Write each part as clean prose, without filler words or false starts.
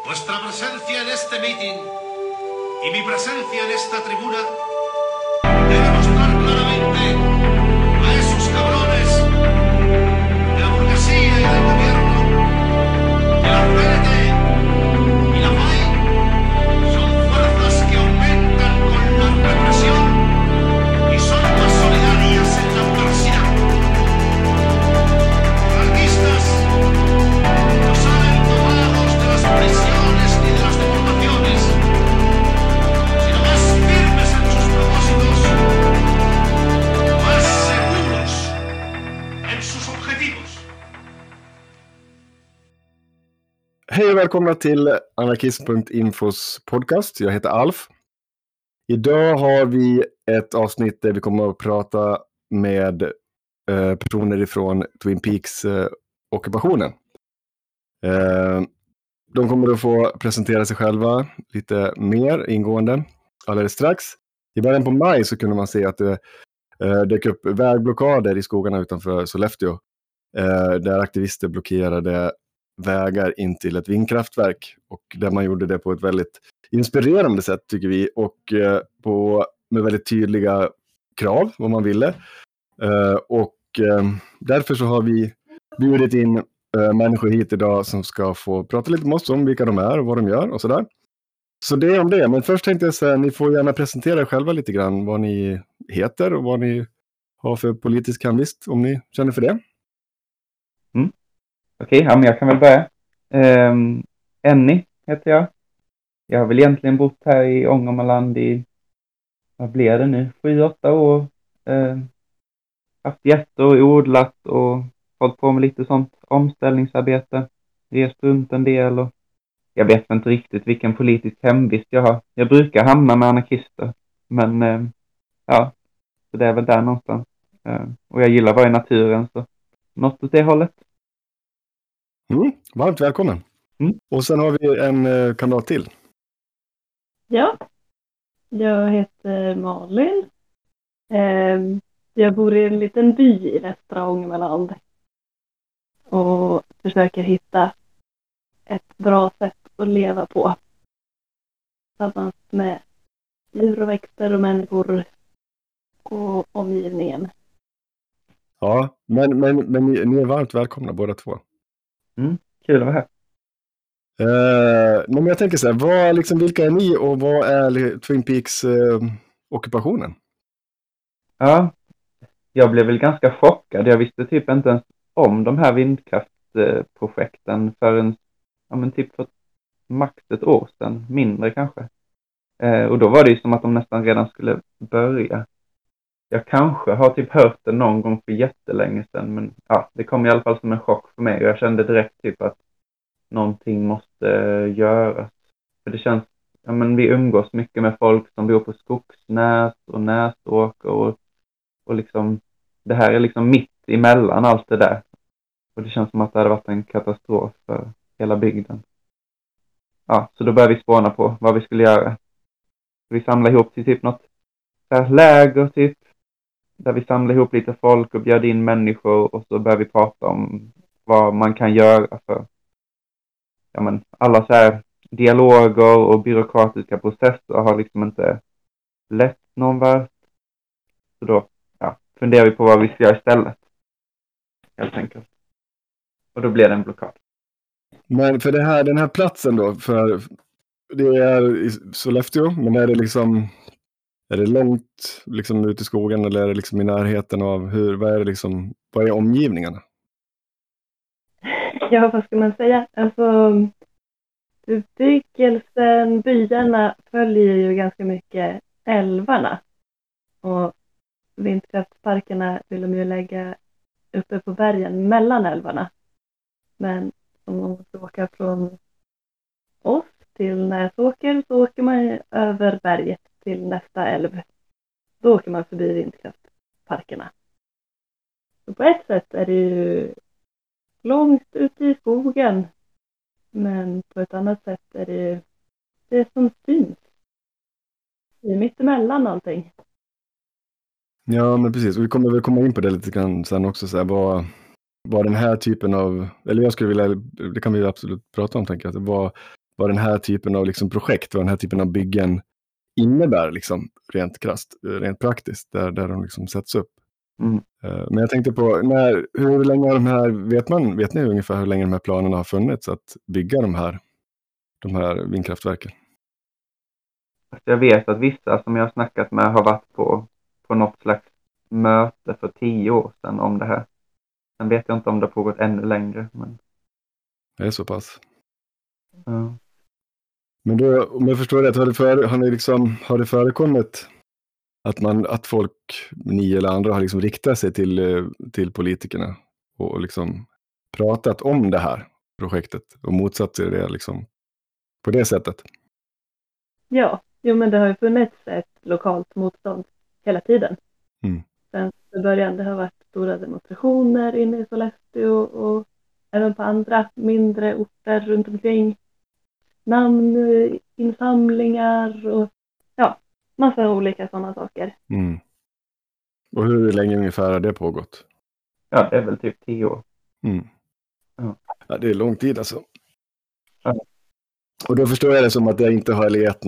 Vuestra presencia en este meeting y mi presencia en esta tribuna debe mostrar claramente a esos cabrones de la burguesía y del gobierno que la CNT y la FAI son fuerzas que aumentan con la represión y son más solidarias en la adversidad. Franquistas no salen tomados de las prisiones ni de las deportaciones, sino más firmes en sus propósitos, más seguros en sus objetivos. Hej och välkomna till anarkism.infos podcast. Jag heter Alf. Idag har vi ett avsnitt där vi kommer att prata med personer ifrån Twin Peaks-ockupationen. De kommer att få presentera sig själva lite mer ingående alldeles strax. I början på maj så kunde man se att det dök upp vägblockader i skogarna utanför Sollefteå. Där aktivister blockerade vägar in till ett vindkraftverk. Och där man gjorde det på ett väldigt inspirerande sätt tycker vi. Och med väldigt tydliga krav vad man ville. Därför så har vi bjudit in människor hit idag som ska få prata lite med oss om vilka de är och vad de gör och sådär. Så det är om det. Men först tänkte jag säga, ni får gärna presentera er själva lite grann. Vad ni heter och vad ni har för politisk hemvist, om ni känner för det. Okej, men jag kan väl börja. Enni heter jag. Jag har väl egentligen bott här i Ångermanland i, vad blir det nu, 7-8 år. Haft jätter och odlat och hållit på med lite sånt omställningsarbete. Rest runt en del och jag vet inte riktigt vilken politisk hemvist jag har. Jag brukar hamna med anarkister. Men så det är väl där någonstans. Och jag gillar att vara i naturen, så något åt det hållet. Varmt välkommen. Och sen har vi en kamrat till. Ja, jag heter Malin. Jag bor i en liten by i västra Ångermanland. Och försöker hitta ett bra sätt att leva på. Tillsammans med djur och växter och människor och omgivningen. Ja, men ni är varmt välkomna båda två. Kul att vara här. Men jag tänker så här, vilka är ni och vad är Twin Peaks-ockupationen? Ja, jag blev väl ganska chockad. Jag visste typ inte ens om de här vindkraftprojekten förrän typ för max ett år sedan, mindre kanske. Och då var det ju som att de nästan redan skulle börja. Jag kanske har typ hört det någon gång för jättelänge sedan, men det kom i alla fall som en chock för mig och jag kände direkt typ att någonting måste göras. För det känns, vi umgås mycket med folk som bor på Skogsnäs och Näsåker och liksom, det här är liksom mitt emellan allt det där. Och det känns som att det hade varit en katastrof för hela bygden. Så då började vi spåna på vad vi skulle göra. Vi samlade ihop till typ något läger typ. Där vi samlade ihop lite folk och bjöd in människor. Och så började vi prata om vad man kan göra för alla så här dialoger och byråkratiska processer har liksom inte lett någon vart. Så då funderar vi på vad vi ska göra istället. Helt enkelt. Och då blev det en blockad. Men för den här platsen då, för det är i Sollefteå, men är det långt liksom ute i skogen eller är det liksom i närheten av vad är omgivningarna? Ja, vad ska man säga? Alltså, bebyggelsen, byarna följer ju ganska mycket älvarna. Och vindkraftsparkerna vill de ju lägga uppe på bergen mellan älvarna. Men om man måste åka från oss till Näsåker så åker man över berget till nästa älv. Då åker man förbi vindkraftparkerna. Så på ett sätt är det ju långt ute i skogen. Men på ett annat sätt är det ju det som syns. Det är mitt emellan allting. Ja, men precis. Och vi kommer väl komma in på det lite grann sen också. Så här, vad den här typen av... Eller jag skulle vilja... Det kan vi absolut prata om, tänker jag. vad den här typen av liksom projekt, vad den här typen av byggen innebär liksom, rent krasst, rent praktiskt, där de liksom sätts upp. Mm. Men jag tänkte på, hur länge de här, vet ni ungefär hur länge de här planerna har funnits att bygga de här vindkraftverken? Jag vet att vissa som jag har snackat med har varit på något slags möte för 10 år sedan om det här. Sen vet jag inte om det har pågått ännu längre. Men... Det är så pass. Ja. Men då, om jag förstår rätt, har det förekommit att folk, ni eller andra, har liksom riktat sig till politikerna och liksom pratat om det här projektet och motsatt sig det liksom på det sättet? Ja, men det har ju funnits ett lokalt motstånd hela tiden. Mm. Sen i början det har varit stora demonstrationer inne i Sollefteå och även på andra mindre orter runt omkring. Namninsamlingar och massa olika sådana saker. Mm. Och hur länge ungefär har det pågått? Ja, det är väl typ 10 år. Mm. Ja. Ja, det är lång tid alltså. Ja. Och då förstår jag det som att det inte har gett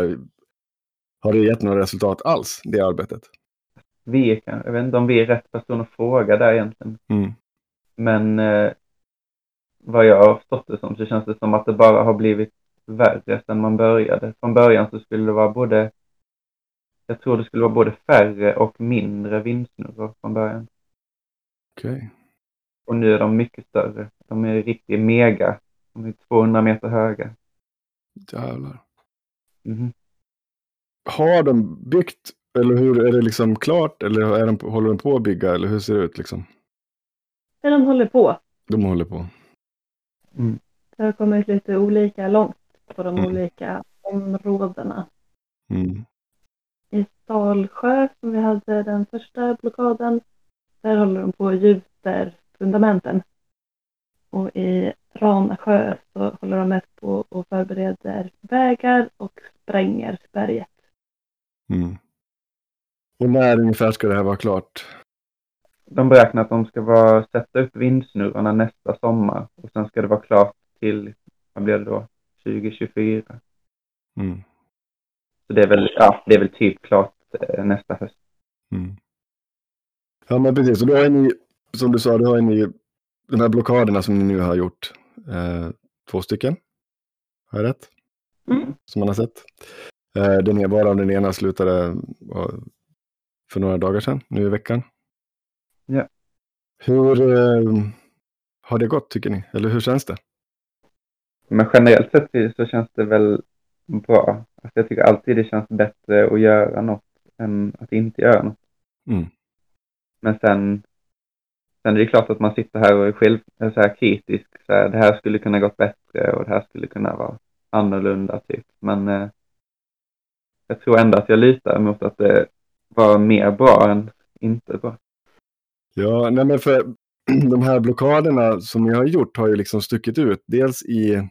några resultat alls, det arbetet. Jag vet inte om vi är rätt person att fråga där egentligen. Mm. Men vad jag har förstått det som så känns det som att det bara har blivit värre sedan man började. Från början så skulle det vara jag tror det skulle vara både färre och mindre vindsnurror från början. Okej. Och nu är de mycket större. De är riktigt mega. De är 200 meter höga. Jävlar. Mm. Har de byggt, eller hur, är det liksom klart, eller håller de på att bygga, eller hur ser det ut liksom? Ja, de håller på. De håller på. Mm. Det har kommit lite olika långt på de olika områdena. Mm. I Salsjö, som vi hade den första blockaden, där håller de på och gjuter fundamenten. Och i Ranasjö så håller de mest på och förbereder vägar och spränger berget. Mm. Och när ungefär ska det här vara klart? De beräknar att de ska sätta upp vindsnurrorna nästa sommar. Och sen ska det vara klart till, vad blir det då? 2024. Mm. Så det är väl typ klart nästa höst. Mm. Ja, men precis. Och då har ni, som du sa, de här blockaderna som ni nu har gjort. 2 stycken. Har jag rätt? Mm. Som man har sett. Den ena slutade för några dagar sedan, nu i veckan. Ja. Hur har det gått, tycker ni? Eller hur känns det? Men generellt sett så känns det väl bra. Alltså jag tycker alltid det känns bättre att göra något än att inte göra något. Mm. Men sen är det klart att man sitter här och är själv så här kritisk. Så här, det här skulle kunna gått bättre och det här skulle kunna vara annorlunda typ. Men jag tror ändå att jag litar mot att det var mer bra än inte bra. Ja, nej, men för de här blockaderna som ni har gjort har ju liksom stuckit ut. Dels i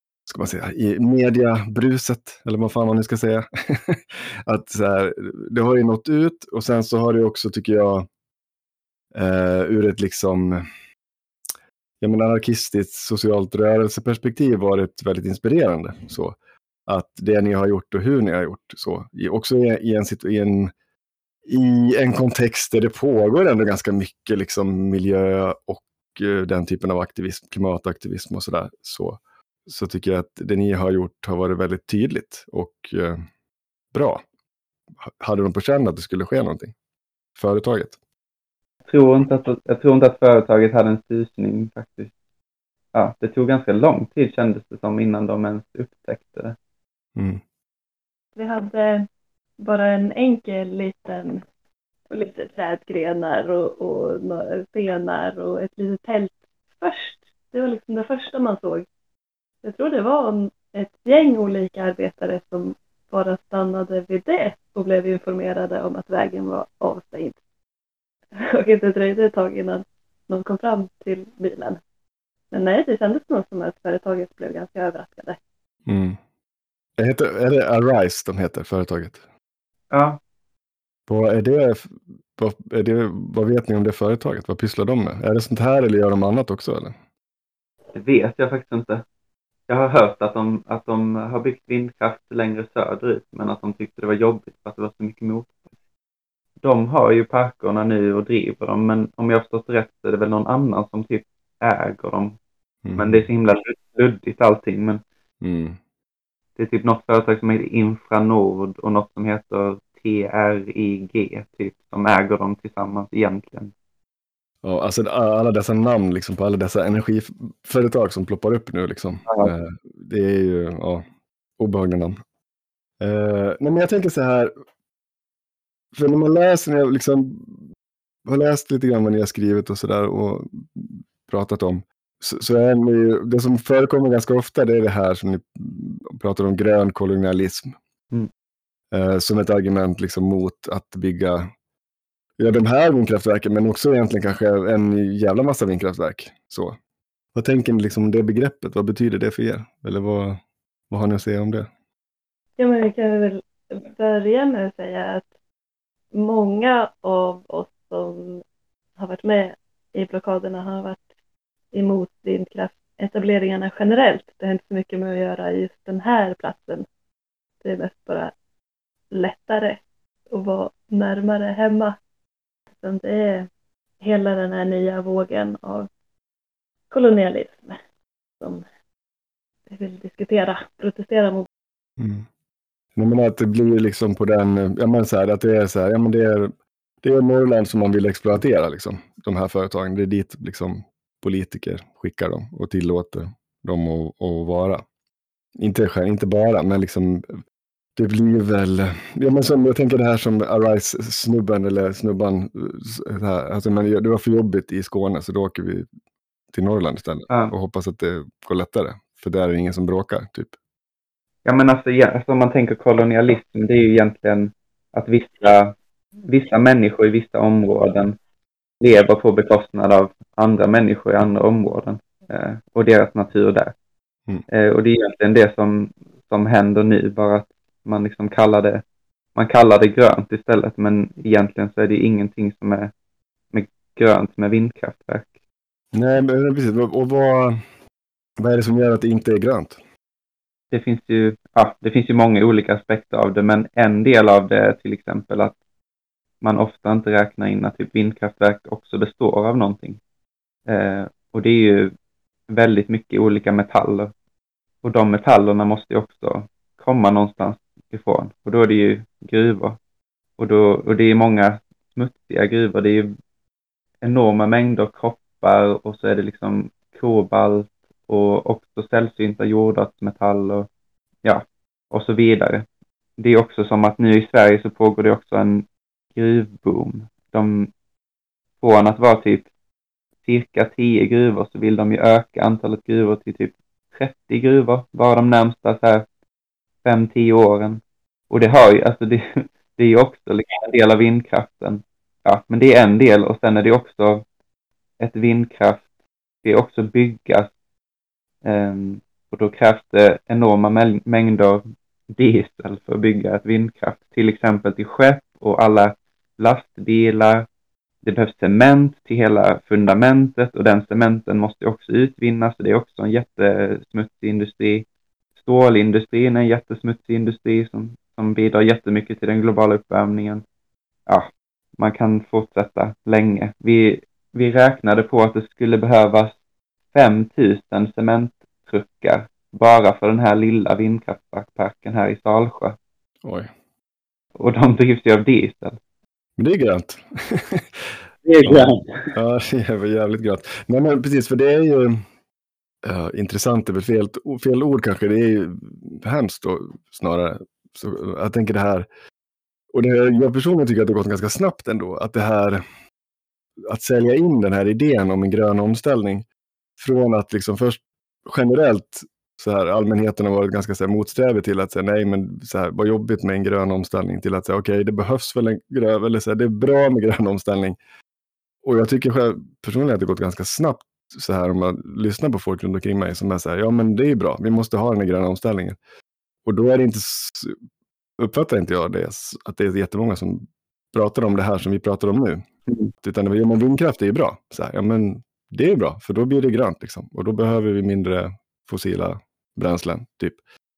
mediabruset, eller vad fan man nu ska säga. Att så här, det har ju nått ut, och sen så har det också, tycker jag, ur ett liksom anarkistiskt socialt rörelseperspektiv varit väldigt inspirerande. Så att det ni har gjort och hur ni har gjort så. Också i en kontext där det pågår ändå ganska mycket liksom miljö och den typen av aktivism, klimataktivism och sådär. Så tycker jag att det ni har gjort har varit väldigt tydligt och bra. Hade de på känn att det skulle ske någonting? Företaget? Jag tror inte att företaget hade en susning faktiskt. Ja, det tog ganska lång tid kändes det som innan de ens upptäckte det. Mm. Vi hade bara en enkel lite trädgrenar och några stenar och ett litet tält först. Det var liksom det första man såg. Jag tror det var ett gäng olika arbetare som bara stannade vid det och blev informerade om att vägen var avstängd. Och inte dröjde ett tag innan någon kom fram till bilen. Men nej, det kändes nog som att företaget blev ganska överraskade. Mm. Är det Arise de heter, företaget? Ja. Vad vet ni om det företaget? Vad pysslar de med? Är det sånt här eller gör de annat också, eller? Det vet jag faktiskt inte. Jag har hört att de har byggt vindkraft längre söderut, men att de tyckte det var jobbigt för att det var så mycket motstånd. De har ju parkerna nu och driver dem, men om jag har förstått rätt så är det väl någon annan som typ äger dem. Men det är så himla luddigt allting, men det är typ något företag som heter Infranord och något som heter TRIG typ, som äger dem tillsammans egentligen. Ja, alltså alla dessa namn liksom på alla dessa energiföretag som ploppar upp nu liksom. Det är ju obehagliga namn. Nej, men jag tänker så här, för när man läser, när jag liksom har läst lite grann vad ni har skrivit och sådär och pratat om, så är det som förekommer ganska ofta, det är det här som ni pratar om, grön kolonialism. Som ett argument liksom mot att bygga de här vindkraftverken, men också egentligen kanske en jävla massa vindkraftverk. Så. Vad tänker ni liksom om det begreppet? Vad betyder det för er? Eller vad har ni att säga om det? Ja, men vi kan väl börja med att säga att många av oss som har varit med i blockaderna har varit emot vindkraftetableringarna generellt. Det har inte så mycket med att göra just den här platsen. Det är mest bara lättare att vara närmare hemma. Så det är hela den här nya vågen av kolonialism som vi vill diskutera, protestera mot. Jag menar att det blir liksom på den, jag menar så här, att det är så här, ja men det är Norrland som man vill exploatera liksom, de här företagen. Det är dit liksom politiker skickar dem och tillåter dem att vara. Inte bara, men liksom det blir väl, ja men som jag tänker det här som Arise-snubben eller snubban, här, alltså men det var för jobbigt i Skåne så då åker vi till Norrland istället och hoppas att det går lättare, för där är det ingen som bråkar typ. Ja, men alltså om man tänker kolonialism, det är ju egentligen att vissa människor i vissa områden lever på bekostnad av andra människor i andra områden och deras natur där. Och det är egentligen det som händer nu, bara att man liksom kallar det grönt istället, men egentligen så är det ingenting som är med grönt med vindkraftverk. Nej, men precis. Och vad är det som gör att det inte är grönt? Det finns ju många olika aspekter av det, men en del av det är till exempel att man ofta inte räknar in att typ vindkraftverk också består av någonting. Och det är ju väldigt mycket olika metaller. Och de metallerna måste ju också komma någonstans ifrån. Och då är det ju gruvor. Och det är många smutsiga gruvor. Det är ju enorma mängder koppar och så är det liksom kobalt och också sällsynta jordartsmetaller, och så vidare. Det är också som att nu i Sverige så pågår det också en gruvboom. Från att vara typ cirka 10 gruvor så vill de ju öka antalet gruvor till typ 30 gruvor bara de närmsta så här 5-10 åren. Och det har ju, alltså det är ju också liksom en del av vindkraften. Ja, men det är en del, och sen är det också ett vindkraft. Det är också byggas. Och då krävs det enorma mängder diesel för att bygga ett vindkraft. Till exempel till skepp och alla lastbilar. Det behövs cement till hela fundamentet, och den cementen måste också utvinnas. Så det är också en jättesmutsig industri. Stålindustrin är en jättesmutsig industri som bidrar jättemycket till den globala uppvärmningen. Ja, man kan fortsätta länge. Vi räknade på att det skulle behövas 5000 cementtruckar bara för den här lilla vindkraftparken här i Salsjö. Oj. Och de drivs ju av diesel. Men det är grönt. Det är grönt. Ja, det är jävligt grönt. Nej, men precis, för det är ju intressant, det är väl fel ord kanske. Det är ju hemskt då, snarare. Så jag tänker det här, och jag personligen tycker att det har gått ganska snabbt ändå, att det här, att sälja in den här idén om en grön omställning från att liksom först generellt så här allmänheten har varit ganska så här motsträvig till att säga nej, men så här, vad jobbigt med en grön omställning, till att säga okej, det behövs väl en grön, eller så här, det är bra med grön omställning. Och jag tycker själv personligen att det gått ganska snabbt så här, om man lyssnar på folk runt omkring mig som är så här, ja men det är bra, vi måste ha den här gröna omställningen. Och då är det inte, uppfattar inte jag det, att det är jättemånga som pratar om det här som vi pratar om nu. Utan ja, men vindkraft är ju bra. Så här, ja men det är bra, för då blir det grönt liksom. Och då behöver vi mindre fossila bränslen, typ.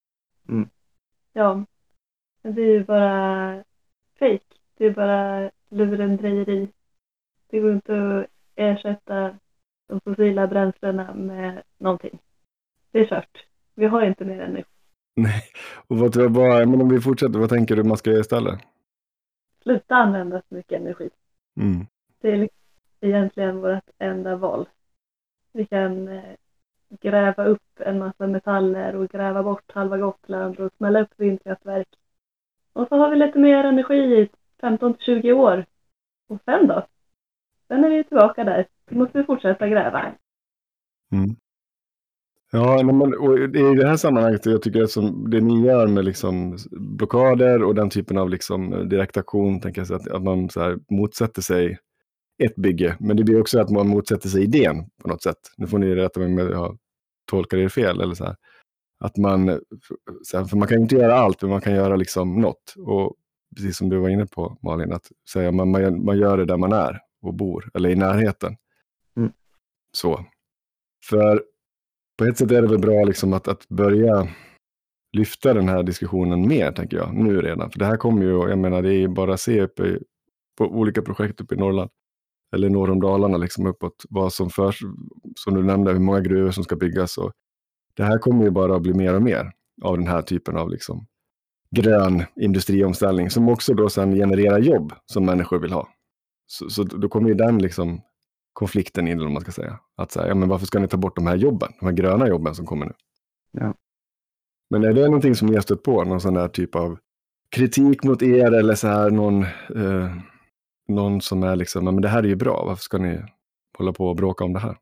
Ja, men det är ju bara fake. Det är bara lurendrejeri. Det går inte att ersätta de fossila bränslena med någonting. Det är kört. Vi har inte mer energi. Nej, och men om vi fortsätter, vad tänker du man ska göra istället? Sluta använda så mycket energi. Mm. Det är egentligen vårt enda val. Vi kan gräva upp en massa metaller och gräva bort halva Gotland och smälla upp vindkraftverk. Och så har vi lite mer energi i 15-20 år. Och sen då? Sen är vi tillbaka där. Då måste vi fortsätta gräva. Mm. Ja, men och i det här sammanhanget, jag tycker att som det ni gör med liksom blockader och den typen av liksom direktaktion, tänker jag så att man så här motsätter sig ett bygge, men det blir också att man motsätter sig idén på något sätt. Nu får ni rätta mig om jag tolkar det fel eller så här. Att man, för man kan ju inte göra allt, men man kan göra liksom något. Och precis som du var inne på, Malin, att säga man gör det där man är och bor, eller i närheten. Mm. Så. För på ett sätt är det väl bra liksom att börja lyfta den här diskussionen mer, tänker jag, nu redan. För det här kommer ju, jag menar, det är ju bara att se uppe på olika projekt uppe i Norrland, eller norr om Dalarna, liksom uppåt, vad som som du nämnde, hur många gruvor som ska byggas. Och det här kommer ju bara att bli mer och mer av den här typen av liksom grön industriomställning, som också då sen genererar jobb som människor vill ha. Så då kommer ju den liksom konflikten in, om man ska säga. Att säga, ja, men varför ska ni ta bort de här jobben, de här gröna jobben som kommer nu? Ja. Men är det någonting som ni har stött på, någon sån här typ av kritik mot er, eller så här någon som är liksom, men det här är ju bra, varför ska ni hålla på och bråka om det här?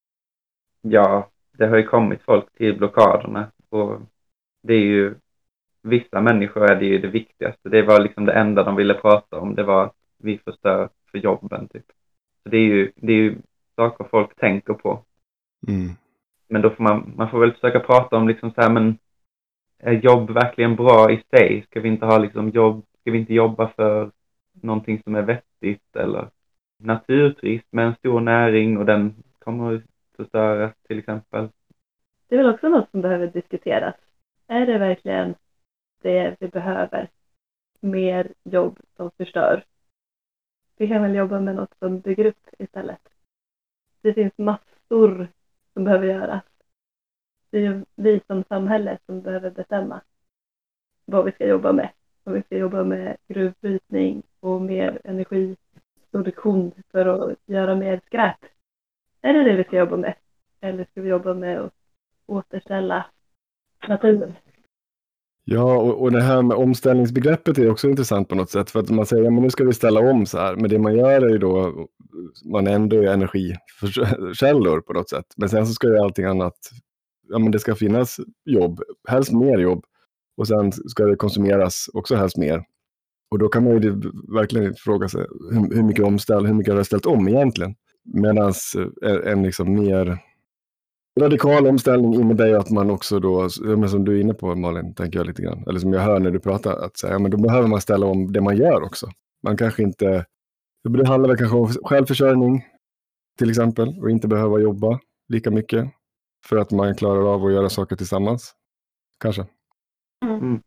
Ja, det har ju kommit folk till blockaderna, och det är ju, vissa människor är det ju det viktigaste. Det var liksom det enda de ville prata om, det var att vi förstör för jobben typ. Så det är ju saker folk tänker på. Mm. Men då får man får väl försöka prata om liksom så här, men är jobb verkligen bra i sig? Ska vi inte ha liksom ska vi inte jobba för någonting som är vettigt, eller naturturism med en stor näring och den kommer att förstöras till exempel? Det är väl också något som behöver diskuteras. Är det verkligen det vi behöver? Mer jobb som förstör? Vi kan väl jobba med något som bygger upp istället. Det finns massor som behöver göras. Det är vi som samhälle som behöver bestämma vad vi ska jobba med. Om vi ska jobba med gruvbrytning och mer energiproduktion för att göra mer skräp. Är det vi ska jobba med? Eller ska vi jobba med att återställa naturen? Ja, och det här med omställningsbegreppet är också intressant på något sätt. För att man säger, men nu ska vi ställa om så här. Men det man gör är ju då, man ändrar ju energikällor på något sätt. Men sen så ska ju allting annat, ja men det ska finnas jobb, helst mer jobb. Och sen ska det konsumeras också helst mer. Och då kan man ju verkligen fråga sig hur mycket hur mycket har det ställt om egentligen. Medan en liksom mer radikal omställning innebär ju att man också då, som du är inne på, Malin, tänker jag lite grann, eller som jag hör när du pratar, att säga, men då behöver man ställa om det man gör också. Man kanske inte, det handlar väl kanske om självförsörjning till exempel, och inte behöva jobba lika mycket för att man klarar av att göra saker tillsammans. Kanske. Mm.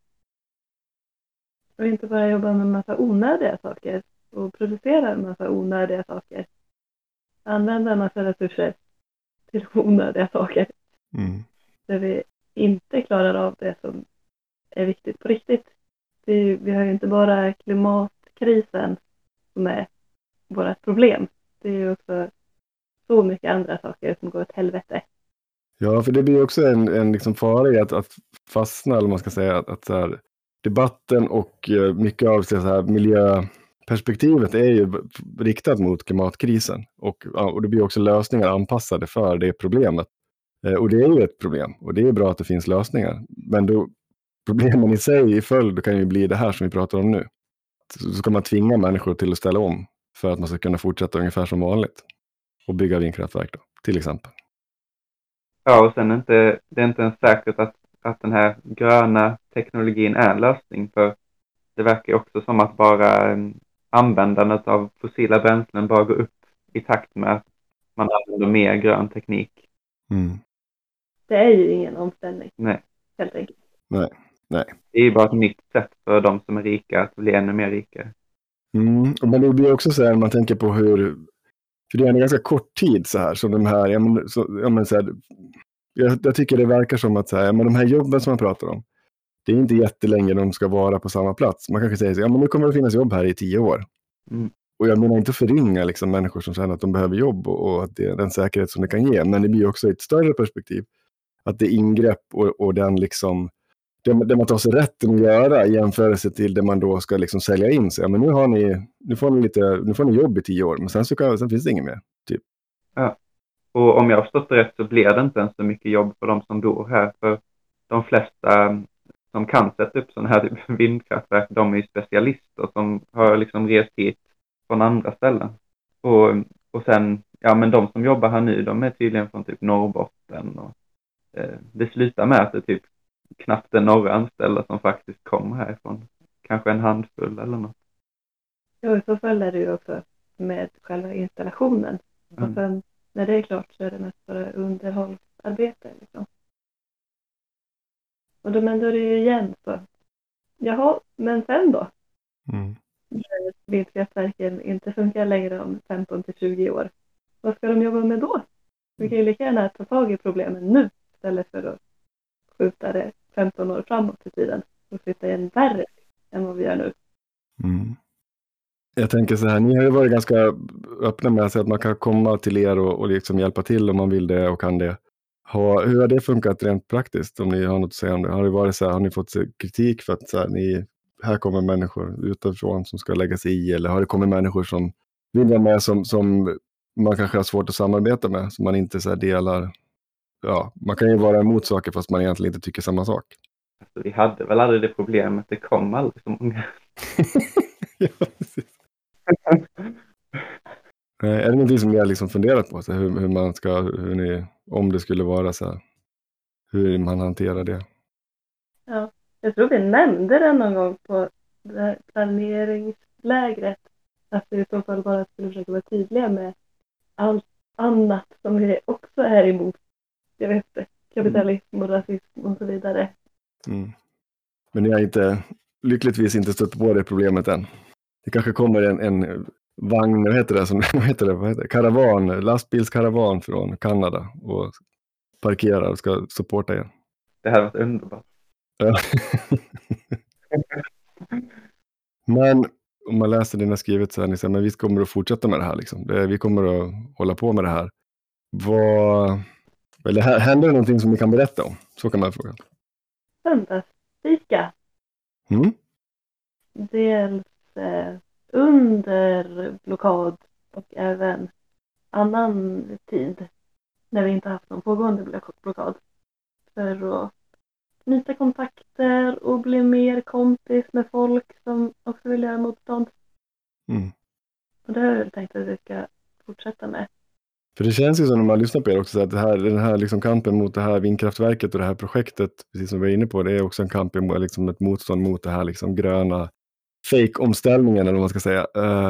Och inte bara jobba med en massa onödiga saker och producera en massa onödiga saker. Använda en massa resurser till onödiga saker. Mm. Där vi inte klarar av det som är viktigt på riktigt. Vi har ju inte bara klimatkrisen som är vårt problem. Det är ju också så mycket andra saker som går åt helvete. Ja, för det blir också en liksom fara i att fastna, eller man ska säga, att så här, debatten och mycket av så här, miljöperspektivet är ju riktat mot klimatkrisen. Och det blir också lösningar anpassade för det problemet. Och det är ju ett problem. Och det är bra att det finns lösningar. Men då, problemen i sig i följd kan ju bli det här som vi pratar om nu. Så ska man tvinga människor till att ställa om för att man ska kunna fortsätta ungefär som vanligt. Och bygga vindkraftverk då, till exempel. Ja, och sen det är inte ens säkert att den här gröna teknologin är en lösning, för det verkar också som att bara användandet av fossila bränslen bara går upp i takt med att man använder mer grön teknik. Mm. Det är ju ingen omställning. Nej. Helt enkelt. Nej. Det är ju bara ett nytt sätt för de som är rika att bli ännu mer rika. Men det blir också så här, man tänker på hur, för det är en ganska kort tid så här, som de här, jag tycker det verkar som att så här, men de här jobben som man pratar om, det är inte jättelänge de ska vara på samma plats. Man kanske säger så, men nu kommer det finnas jobb här i 10 år. Och jag menar inte att förringa liksom människor som känner att de behöver jobb och att det är den säkerhet som det kan ge, men det blir också ett större perspektiv att det är ingrepp och den liksom det man tar sig rätten att göra i jämförelse till det man då ska liksom sälja in sig. Men nu får ni jobb i 10 år, men sen finns det inget mer. Typ. Ja, och om jag har förstått det rätt så blir det inte ens så mycket jobb för de som bor här. För de flesta som kan sätta upp sådana här typ vindkraftverk, de är ju specialister som har liksom rest hit från andra ställen. Och sen, ja men de som jobbar här nu, de är tydligen från typ Norrbotten. Och det slutar med att det typ knappt är några anställda som faktiskt kommer härifrån. Kanske en handfull eller något. Ja, så följer det ju också med själva installationen. Och sen när det är klart så är det mest bara underhållsarbete. Liksom. Men då är det ju igen så. Jaha, men sen då? När vindkraftverken inte funkar längre om 15-20 år. Vad ska de jobba med då? Vi kan ju lika gärna ta tag i problemen nu istället för att skjuta det 15 år framåt i tiden och flytta igen värre än vad vi gör nu. Jag tänker så här, ni har ju varit ganska öppna med att man kan komma till er och liksom hjälpa till om man vill det och kan det. Hur har det funkat rent praktiskt om ni har något att säga om det? Har det varit så här, har ni fått kritik för att så här, här kommer människor utifrån som ska lägga sig i, eller har det kommit människor som vill vara med som man kanske har svårt att samarbeta med, som man inte så här delar? Ja, man kan ju vara emot saker fast man egentligen inte tycker samma sak. Alltså, vi hade väl aldrig det problemet, det kom aldrig så många. Ja, precis. Är det någonting som ni har liksom funderat på? Så hur man ska, om det skulle vara så här, hur man hanterar det? Ja, jag tror vi nämnde det någon gång på det här planeringslägret. Att vi i så fall bara skulle försöka vara tydliga med allt annat som vi också är emot. Jag vet inte, kapitalism och rasism och så vidare. Men ni har lyckligtvis inte stött på det problemet än. Det kanske kommer en vagn, vad heter det? Karavan, lastbilskaravan från Kanada och parkerar och ska supporta er. Det här var underbart. Ja. Men om man läser det ni har skrivit så här, ni säger, men vi kommer att fortsätta med det här liksom. Vi kommer att hålla på med det här. Händer det någonting som ni kan berätta om? Så kan man fråga. Söndagsfika. Dels under blockad och även annan tid när vi inte haft någon pågående blockad. För att knyta kontakter och bli mer kompis med folk som också vill göra motstånd. Och det har jag tänkt att vi ska fortsätta med. För det känns ju som när man lyssnar på er också att den här liksom kampen mot det här vindkraftverket och det här projektet, precis som vi är inne på, det är också en kamp mot liksom ett motstånd mot det här liksom gröna fake-omställningen eller vad man ska säga.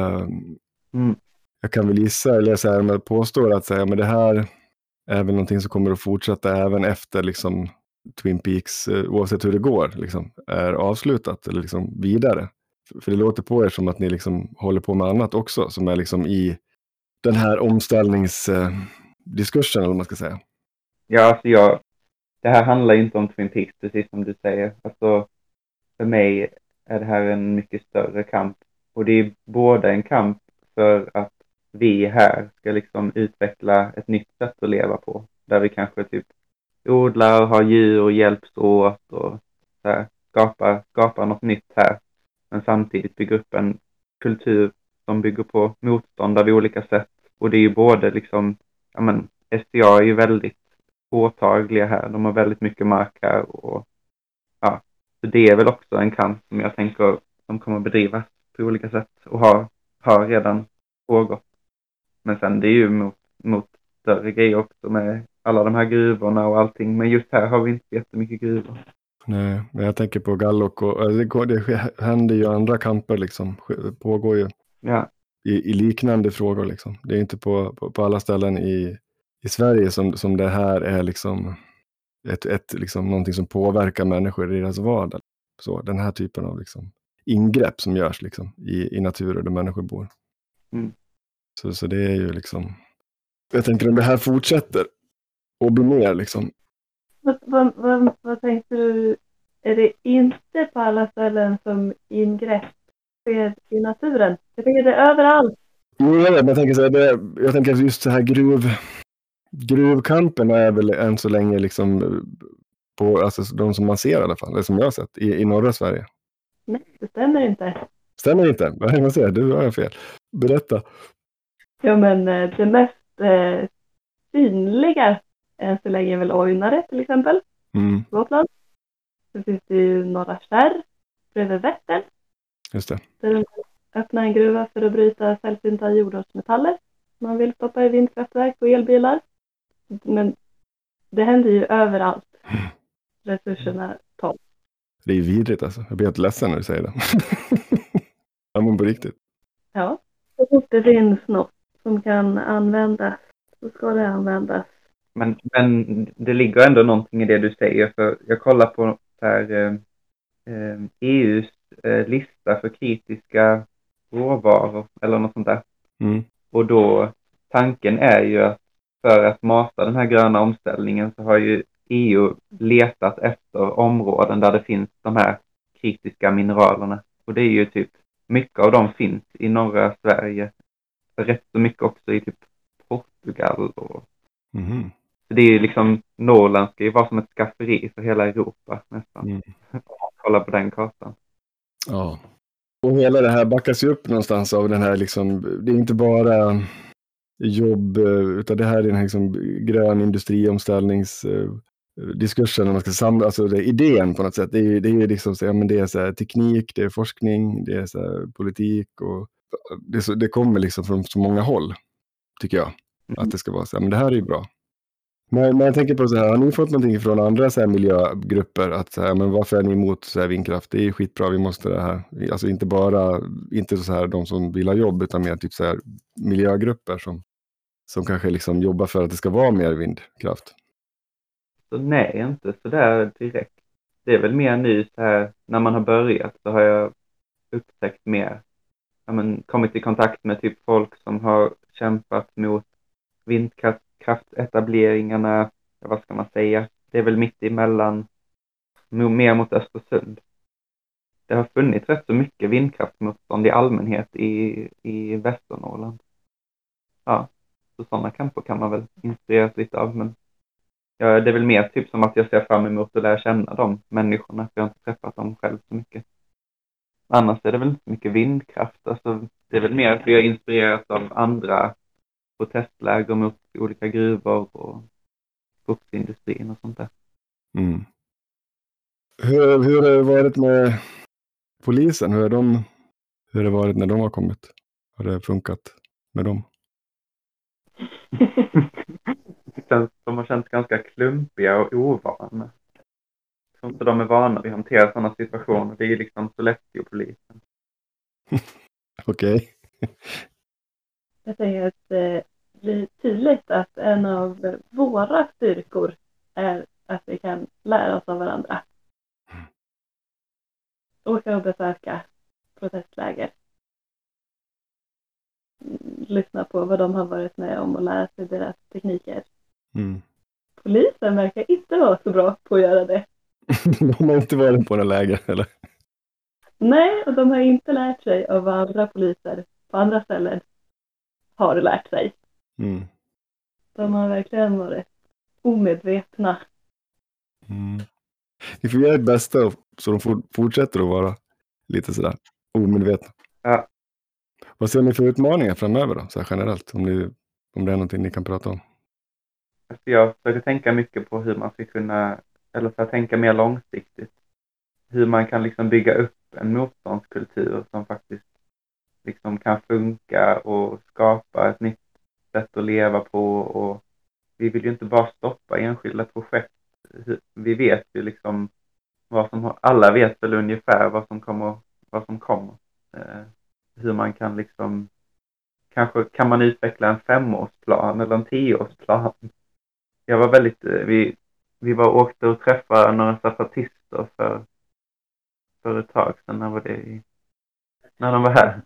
Jag kan väl gissa eller så här, men påstår att säga, men det här är väl någonting som kommer att fortsätta även efter liksom Twin Peaks, oavsett hur det går, liksom, är avslutat eller liksom vidare. För det låter på er som att ni liksom håller på med annat också som är liksom i den här omställningsdiskursen eller vad man ska säga. Ja, alltså det här handlar inte om Twin Peaks, precis som du säger. Alltså, för mig är det här en mycket större kamp. Och det är både en kamp för att vi här ska liksom utveckla ett nytt sätt att leva på. Där vi kanske typ odlar och har djur och hjälps åt och så här, skapar något nytt här. Men samtidigt bygger upp en kultur som bygger på motstånd av olika sätt. Och det är ju både liksom, SDA är ju väldigt påtagliga här. De har väldigt mycket mark här och ja, så det är väl också en kamp som jag tänker som kommer att bedrivas på olika sätt och har redan pågått. Men sen det är ju mot större grejer också med alla de här gruvorna och allting. Men just här har vi inte jättemycket gruvor. Nej, men jag tänker på Gallok och det händer ju andra kamper liksom. Pågår ju i liknande frågor liksom. Det är inte på alla ställen i Sverige som det här är liksom liksom, någonting som påverkar människor i deras vardag. Så, den här typen av liksom, ingrepp som görs liksom, i naturer där människor bor. Mm. Så det är ju liksom, jag tänker om det här fortsätter och blir mer liksom. Vad tänkte du? Är det inte på alla ställen som ingrepp sker i naturen? Jag tänker det är överallt. Jo, jag vet, men jag tänker så här, jag tänker just så här gruvkampen är väl än så länge liksom på, alltså de som man ser i alla fall, eller som jag har sett i norra Sverige. Nej, det stämmer inte. Stämmer inte? Vad kan man säga? Du har fel. Berätta. Ja, men det mest synliga än så länge är väl Ojnare till exempel. Gotland. Så finns det ju Norra Kärr bredvid Vättern. Just det. Där de öppnar en gruva för att bryta sällsynta jordartsmetaller. Man vill stoppa i vindkraftverk och elbilar. Men det händer ju överallt. Resurserna tas. Det är ju vidrigt alltså. Jag blir helt ledsen när du säger det. Ja, men på riktigt. Ja. Så fort det finns något som kan användas så ska det användas. Men det ligger ändå någonting i det du säger. För jag kollar på här, EUs lista för kritiska råvaror eller något sånt där. Och då tanken är ju att för att mata den här gröna omställningen så har ju EU letat efter områden där det finns de här kritiska mineralerna. Och det är ju typ, mycket av dem finns i norra Sverige. Rätt så mycket också i typ Portugal. Och så det är ju liksom, Norrland ska ju vara som ett skafferi för hela Europa nästan. Kolla på den kartan. Ja. Och hela det här backas ju upp någonstans av den här liksom, det är inte bara jobb, utan det här är den här liksom grön industriomställningsdiskursen när man ska samla, alltså det är idén på något sätt. Det är liksom så, ja, men det är så här, teknik, det är forskning, det är så här, politik och det kommer liksom från så många håll, tycker jag. Att det ska vara så här, men det här är ju bra. Men jag tänker på så här, har ni fått någonting från andra så här miljögrupper att så här, men varför är ni emot så här vindkraft? Det är skitbra, vi måste det här. Alltså inte så här de som vill ha jobb, utan mer typ så här miljögrupper som kanske liksom jobbar för att det ska vara mer vindkraft. Så nej, inte så där direkt. Det är väl mer nu så här, när man har börjat så har jag upptäckt mer, kommit i kontakt med typ folk som har kämpat mot vindkraftetableringarna, vad ska man säga, det är väl mitt emellan, mer mot Östersund. Det har funnits rätt så mycket vindkraftmotstånd i allmänhet i Västernorrland. Ja, så sådana kamper kan man väl inspireras lite av, men ja, det är väl mer typ som att jag ser fram emot att lära känna de människorna, för jag har inte träffat dem själv så mycket. Annars är det väl inte mycket vindkraft, alltså det är väl mer att vi har inspirerats av andra protestläger mot olika gruvor och skogsindustrin och sånt där. Hur har det varit med polisen? Hur har det varit när de har kommit? Har det funkat med dem? De har känts ganska klumpiga och ovana. Så inte de är vana vid att hantera sådana situationer. Det är ju liksom Sollefteå-polisen. Okej. Jag tänker att det blir tydligt att en av våra styrkor är att vi kan lära oss av varandra. Åka och besöka protestläger. Lyssna på vad de har varit med om och lära sig deras tekniker. Polisen verkar inte vara så bra på att göra det. De har inte varit på några läger, eller? Nej, och de har inte lärt sig av vad andra poliser på andra ställen har lärt sig. De har verkligen varit omedvetna. Vi får göra det bästa så de fortsätter att vara lite sådär omedvetna. Ja. Vad ser ni för utmaningar framöver då, så här generellt? Om det är någonting ni kan prata om. Alltså jag försöker tänka mycket på hur man ska kunna, eller för att tänka mer långsiktigt, hur man kan liksom bygga upp en motståndskultur som faktiskt liksom kan funka och skapa ett nytt sätt att leva på. Och vi vill ju inte bara stoppa enskilda projekt. Vi vet ju liksom alla vet väl ungefär vad som kommer. Hur man kan liksom, kanske kan man utveckla en 5-årsplan eller en 10-årsplan. Jag var väldigt, vi var åkte och träffade några zapatister för ett tag sedan. När var det? När de var här.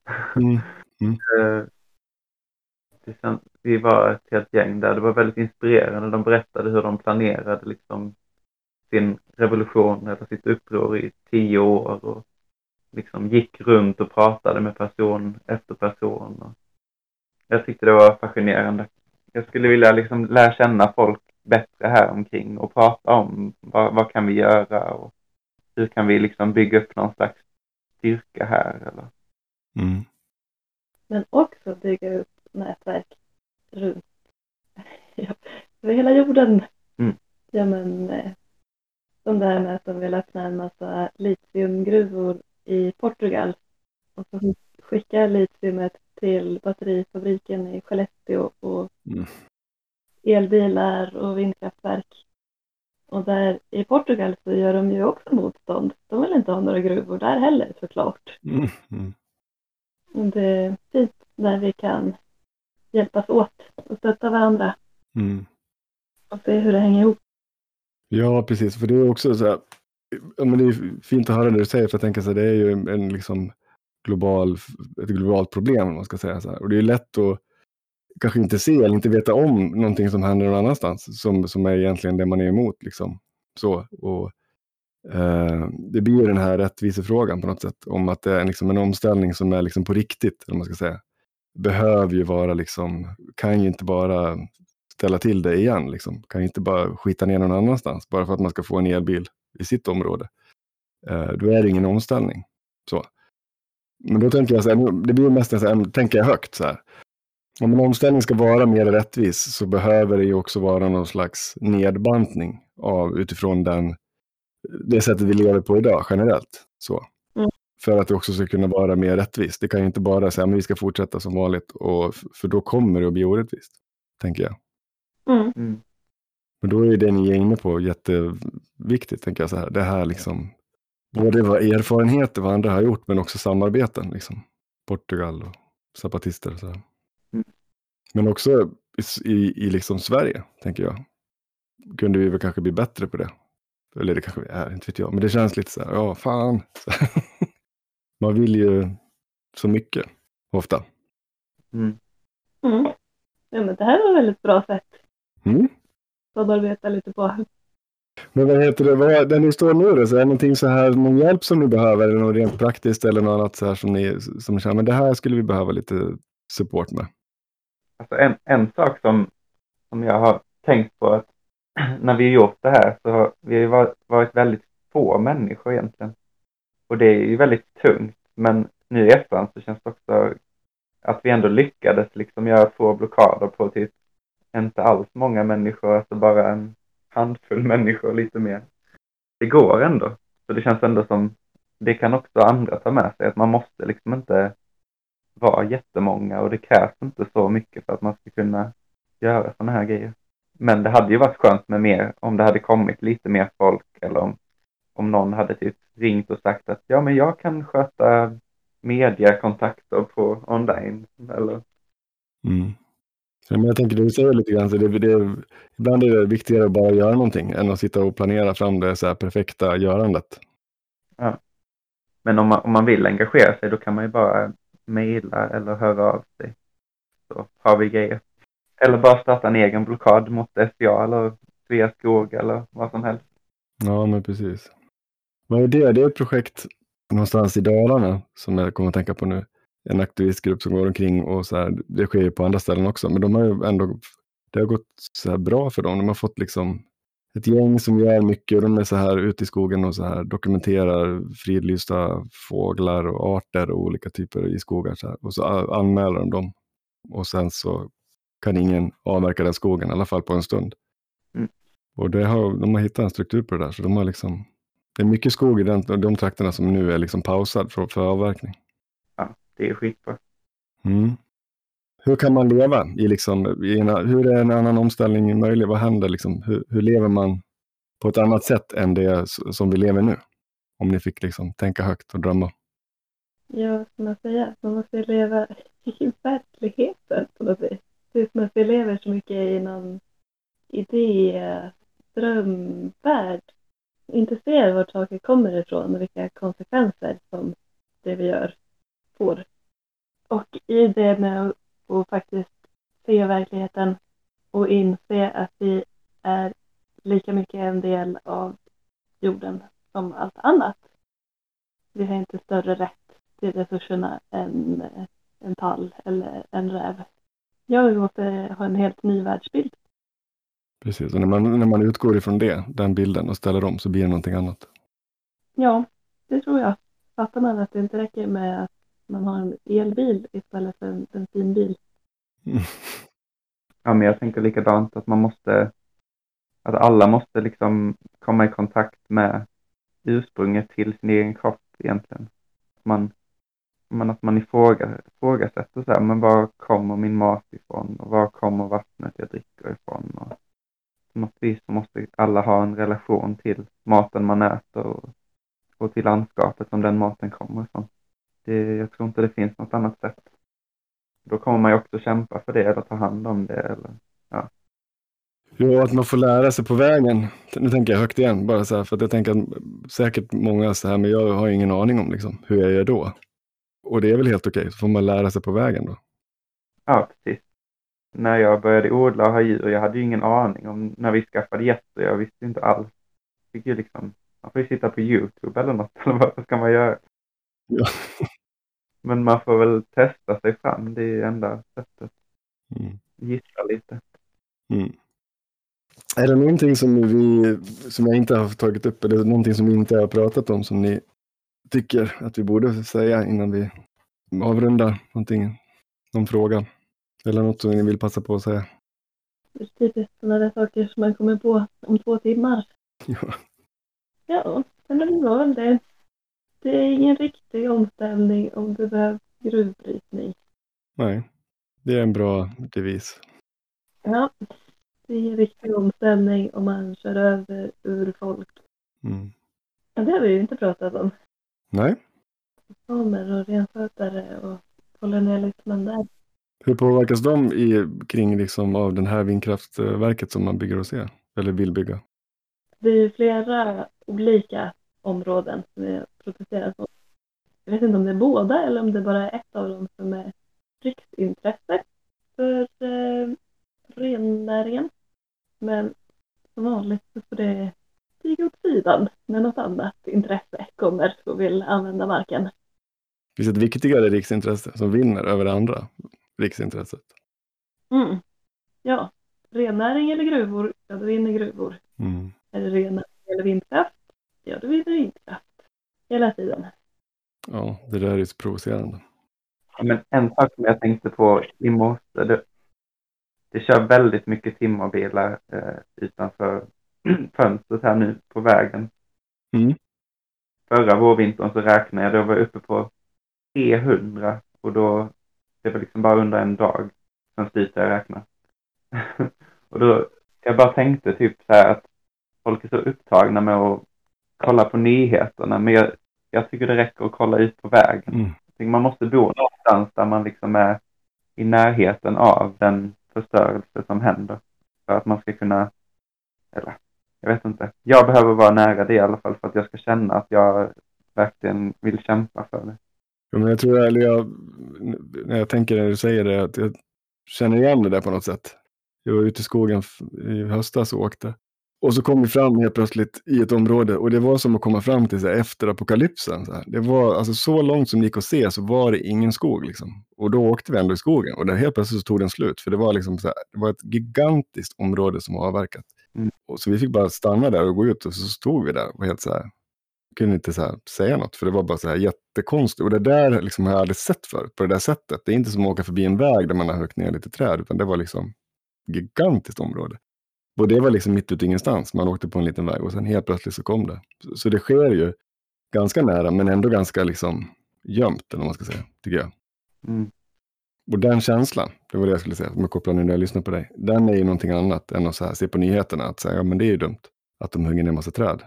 Vi var ett helt gäng där. Det var väldigt inspirerande. De berättade hur de planerade liksom sin revolution eller sitt uppror i 10 år och liksom gick runt och pratade med person efter person. Och jag tyckte det var fascinerande. Jag skulle vilja liksom lära känna folk bättre här omkring och prata om vad kan vi göra och hur kan vi liksom bygga upp någon slags styrka här eller. Men också bygga upp nätverk runt över hela jorden. Ja, men som det här med att de vill öppna en massa litiumgruvor i Portugal och så skicka litiumet till batterifabriken i Skellefteå och elbilar och vindkraftverk. Och där i Portugal så gör de ju också motstånd. De vill inte ha några gruvor där heller såklart. Och det är fint när vi kan hjälpas åt och stötta varandra. Och se hur det hänger ihop. Ja, precis. För det är också så här, men det är fint att höra det du säger, för jag tänker så här, det är ju en liksom ett globalt problem, om man ska säga så här. Och det är lätt att kanske inte se eller inte veta om någonting som händer någon annanstans som är egentligen det man är emot liksom. Så, och det blir den här rättvisefrågan på något sätt, om att det är liksom en omställning som är liksom på riktigt, eller man ska säga. Behöver ju vara liksom, kan ju inte bara ställa till det igen liksom. Kan ju inte bara skita ner någon annanstans bara för att man ska få en elbil i sitt område. Då är det ingen omställning. Så. Men då tänker jag så här, det blir mest så här, tänker jag högt så här. Om en omställning ska vara mer rättvis så behöver det ju också vara någon slags nedbantning utifrån det sättet vi lever på idag generellt. Så. För att det också ska kunna vara mer rättvist. Det kan ju inte bara säga att vi ska fortsätta som vanligt, för då kommer det att bli orättvist, tänker jag. Men då är det ni är inne på jätteviktigt, tänker jag så här. Det här liksom, både vad erfarenheter vad andra har gjort, men också samarbeten liksom. Portugal och zapatister och så här. Men också i liksom Sverige, tänker jag. Kunde vi väl kanske bli bättre på det. Eller det kanske vi är, inte vet jag. Men det känns lite så här, ja fan. Man vill ju så mycket, ofta. Ja, men det här var ett väldigt bra sätt. Samarbeta lite på. Men vad heter det, där ni står nu då? Så är det någonting så här, någon hjälp som ni behöver, eller något rent praktiskt, eller något annat så här som ni känner, men det här skulle vi behöva lite support med? Alltså en sak som jag har tänkt på, att när vi har gjort det här så har vi varit väldigt få människor egentligen. Och det är ju väldigt tungt, men nu i efterhand så känns det också att vi ändå lyckades liksom göra 2 blockader på typ inte alls många människor, alltså bara en handfull människor, lite mer. Det går ändå. Så det känns ändå som, det kan också andra ta med sig, att man måste liksom inte vara jättemånga och det krävs inte så mycket för att man ska kunna göra sådana här grejer. Men det hade ju varit skönt med mer, om det hade kommit lite mer folk, eller om någon hade typ ringt och sagt att ja, men jag kan sköta mediekontakter på online, eller. Men jag tänker, du säger lite grann, så ibland är det viktigare att bara göra någonting än att sitta och planera fram det så här perfekta görandet. Ja. Men om man vill engagera sig, då kan man ju bara mejla eller höra av sig. Så har vi grejer. Eller bara starta en egen blockad mot SCA eller Sveaskog eller vad som helst. Ja, men precis. Vad är det? Det är ett projekt någonstans i Dalarna som jag kommer att tänka på nu. En aktivistgrupp som går omkring och så här, det sker ju på andra ställen också, men de har ju ändå, det har gått så här bra för dem. De har fått liksom ett gäng som gör mycket, och de är så här ute i skogen och så här dokumenterar fridlysta fåglar och arter och olika typer i skogar så här, och så anmäler de dem, och sen så kan ingen avverka den skogen, i alla fall på en stund. Och de har hittat en struktur på det där, så de har liksom, det är mycket skog i de trakterna som nu är liksom pausad för avverkning. Ja, det är skitbra. Hur kan man leva i liksom, hur är en annan omställning möjlig? Vad händer liksom? Hur lever man på ett annat sätt än det som vi lever nu? Om ni fick liksom tänka högt och drömma. Ja, som man säger, man måste leva i verkligheten på något vis. Det är som att vi lever så mycket i någon idévärld drömvärld. Inte ser vart saker kommer ifrån och vilka konsekvenser som det vi gör får. Och i det med att faktiskt se verkligheten och inse att vi är lika mycket en del av jorden som allt annat. Vi har inte större rätt till resurserna än en tall eller en räv. Jag måste ha en helt ny världsbild. Precis, och när man utgår ifrån den bilden och ställer om så blir det någonting annat. Ja, det tror jag. Fattar man att det inte räcker med att man har en elbil istället för en bensinbil. Ja, men jag tänker likadant att att alla måste liksom komma i kontakt med ursprunget till sin egen kropp egentligen. Att man ifrågasätter så här, men var kommer min mat ifrån och var kommer vattnet jag dricker ifrån? Och på något vis så måste alla ha en relation till maten man äter och till landskapet som den maten kommer ifrån. Jag tror inte det finns något annat sätt. Då kommer man ju också kämpa för det eller ta hand om det. Eller, ja. Jo, att man får lära sig på vägen. Nu tänker jag högt igen, bara så här, för att jag tänker att säkert många så här, men jag har ingen aning om liksom, hur jag gör då. Och det är väl helt okej, så får man lära sig på vägen då. Ja, precis. När jag började odla och ha djur, jag hade ju ingen aning om när vi skaffade getter. Jag visste inte alls. Fick ju liksom, man får ju sitta på YouTube eller något, eller vad ska man göra? Ja. Men man får väl testa sig fram, det är ju enda sättet. Gissa lite. Är det någonting som jag inte har tagit upp, eller någonting som vi inte har pratat om som ni tycker att vi borde säga innan vi avrundar någon fråga? Eller något som ni vill passa på att säga? Det är typiskt sådana där saker som man kommer på om 2 timmar. Ja. Ja, men det var väl det. Det är ingen riktig omställning om du behöver gruvbrytning. Nej, det är en bra devis. Ja, det är en riktig omställning om man kör över urfolk. Men det har vi ju inte pratat om. Nej. Samer och renskötare och kolonialismen där. Hur påverkas de kring liksom av den här vindkraftverket som man bygger och ser? Eller vill bygga? Det är ju flera olika områden som vi protesterar på. Jag vet inte om det är båda eller om det bara är ett av dem som är riksintresse för rennäringen. Men som vanligt så får det stiga åt sidan när något annat intresse kommer och vill använda marken. Finns ett viktigare riksintresse som vinner över det andra riksintresset? Ja, rennäring eller gruvor, ja då vinner gruvor. Är det rennäring eller vindkraft, ja då vinner vindkraft. Hela tiden. Ja, det där är så provocerande. Ja, men en sak som jag tänkte på i morse, det kör väldigt mycket timmerbilar utanför fönstret här nu på vägen. Förra vårvintern så räknade jag, då var jag uppe på 300 och då, det var liksom bara under en dag sen slutade jag räkna. Och då, jag bara tänkte typ så här att folk är så upptagna med att kolla på nyheterna, men jag tycker det räcker att kolla ut på vägen. Man måste bo någonstans där man liksom är i närheten av den förstörelse som händer. För att man ska kunna, eller jag vet inte. Jag behöver vara nära det i alla fall för att jag ska känna att jag verkligen vill kämpa för det. Ja, men jag tror, när jag tänker när du säger det, att jag känner igen det där på något sätt. Jag var ute i skogen i höstas och åkte. Och så kom vi fram helt plötsligt i ett område och det var som att komma fram till så här, efter apokalypsen. Så här. Det var alltså så långt som det gick att se så var det ingen skog liksom. Och då åkte vi ändå i skogen och där helt plötsligt så tog den slut. För det var liksom så här, det var ett gigantiskt område som var avverkat. Och så vi fick bara stanna där och gå ut och så stod vi där och helt så här, kunde inte så här säga något för det var bara så här jättekonstigt. Och det där liksom har jag aldrig sett förut på det där sättet. Det är inte som att åka förbi en väg där man har högt ner lite träd utan det var liksom gigantiskt område. Och det var liksom mitt ute ingenstans. Man åkte på en liten väg och sen helt plötsligt så kom det. Så det sker ju ganska nära men ändå ganska liksom gömt eller vad man ska säga, tycker jag. Och den känslan, det var det jag skulle säga, om jag kopplar nu när jag lyssnar på dig. Den är ju någonting annat än att så här, se på nyheterna att säga, ja men det är ju dumt att de hugger ner en massa träd.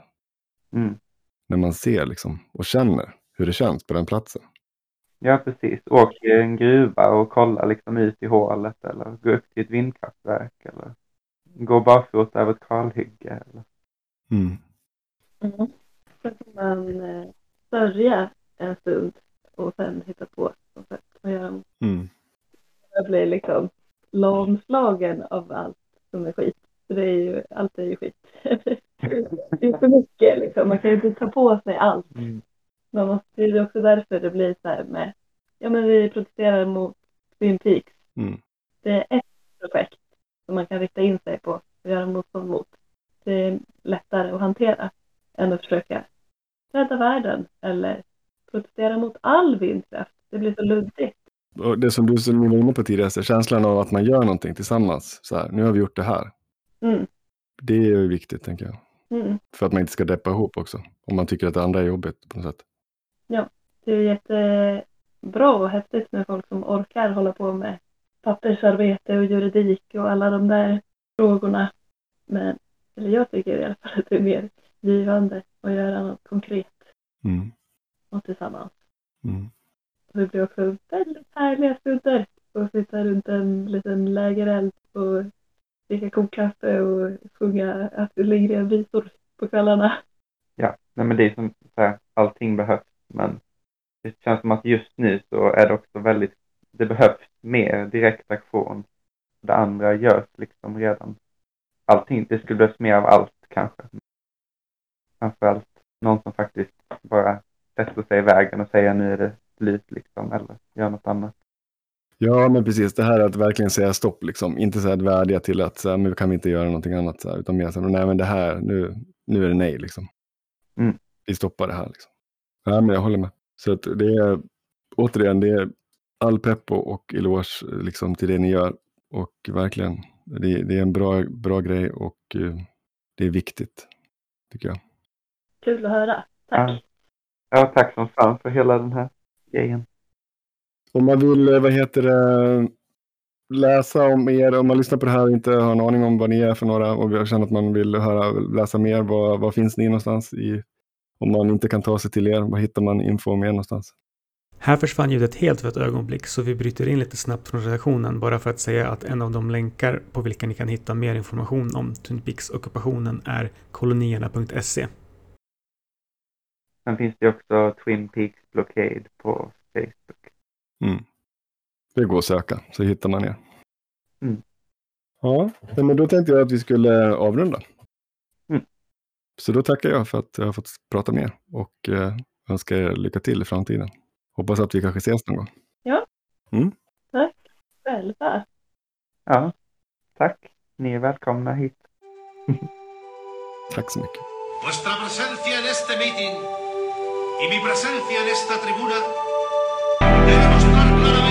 När man ser liksom och känner hur det känns på den platsen. Ja, precis. Åk i en gruva och kolla liksom ut i hålet eller gå upp till ett vindkraftverk eller gå barfota över ett kalhygge. Eller? Mm. Så kan man börja en stund och sen hitta på något sätt att göra. Mm. Jag blir liksom lamslagen av allt som är skit. För det är ju, allt är ju skit. Det är för mycket liksom. Man kan ju inte ta på sig allt. Man måste, det är också därför det blir så här med, ja men vi protesterar mot Twin Peaks. Mm. Det är ett projekt som man kan rikta in sig på och göra motstånd mot. Det är lättare att hantera än att försöka rädda världen eller protestera mot all vindkraft. Det blir så luddigt. Och det som du var inne på tidigare, så känslan av att man gör någonting tillsammans. Så här, nu har vi gjort det här. Mm. Det är ju viktigt, tänker jag. Mm. För att man inte ska deppa ihop också. Om man tycker att det andra är jobbigt på något sätt. Ja, det är jättebra och häftigt med folk som orkar hålla på med pappersarbete och juridik och alla de där frågorna. Men eller jag tycker i alla fall att det är mer givande att göra något konkret och tillsammans. Mm. Och det blir också väldigt härliga stunder att sitta runt en liten lägereld och dricka kokkaffe och sjunga Astrid Lindgren-visor på kvällarna. Ja, nej men det är som så här, allting behövs, men det känns som att just nu så är det också väldigt, det behövs mer direkt aktion. Det andra görs liksom redan. Allting, det skulle behövas mer av allt kanske. Framförallt någon som faktiskt bara sätter sig i vägen och säger nu är det slut liksom, eller gör något annat. Ja, men precis. Det här är att verkligen säga stopp liksom. Inte så här vädja till att så här, nu kan vi inte göra någonting annat. Så här, utan mer så här, nej men det här, nu är det nej liksom. Mm. Vi stoppar det här liksom. Ja, men jag håller med. Så att det är, återigen, det är all pepp och eloge liksom till det ni gör. Och verkligen, det är en bra grej och det är viktigt, tycker jag. Kul att höra. Tack. Ja, tack som fan för hela den här grejen. Om man vill, läsa om er, om man lyssnar på det här och inte har en aning om vad ni är för några och känner att man vill läsa mer, var finns ni någonstans om man inte kan ta sig till er, var hittar man info om er någonstans? Här försvann ljudet helt för ett ögonblick, så vi bryter in lite snabbt från redaktionen bara för att säga att en av de länkar på vilka ni kan hitta mer information om Twin Peaks-ockupationen är kolonierna.se. Sen finns det också Twin Peaks Blockade på Facebook. Mm. Det går att söka, så hittar man er. Mm. Ja, men då tänkte jag att vi skulle avrunda. Mm. Så då tackar jag för att jag har fått prata med er och önskar er lycka till i framtiden. Hoppas att vi kanske ses någon gång. Ja. Mm. Tack själva. Ja, tack. Ni är välkomna hit. Tack så mycket. Vuestra presencia en este meeting y mi presencia en esta tribuna debe mostrar claramente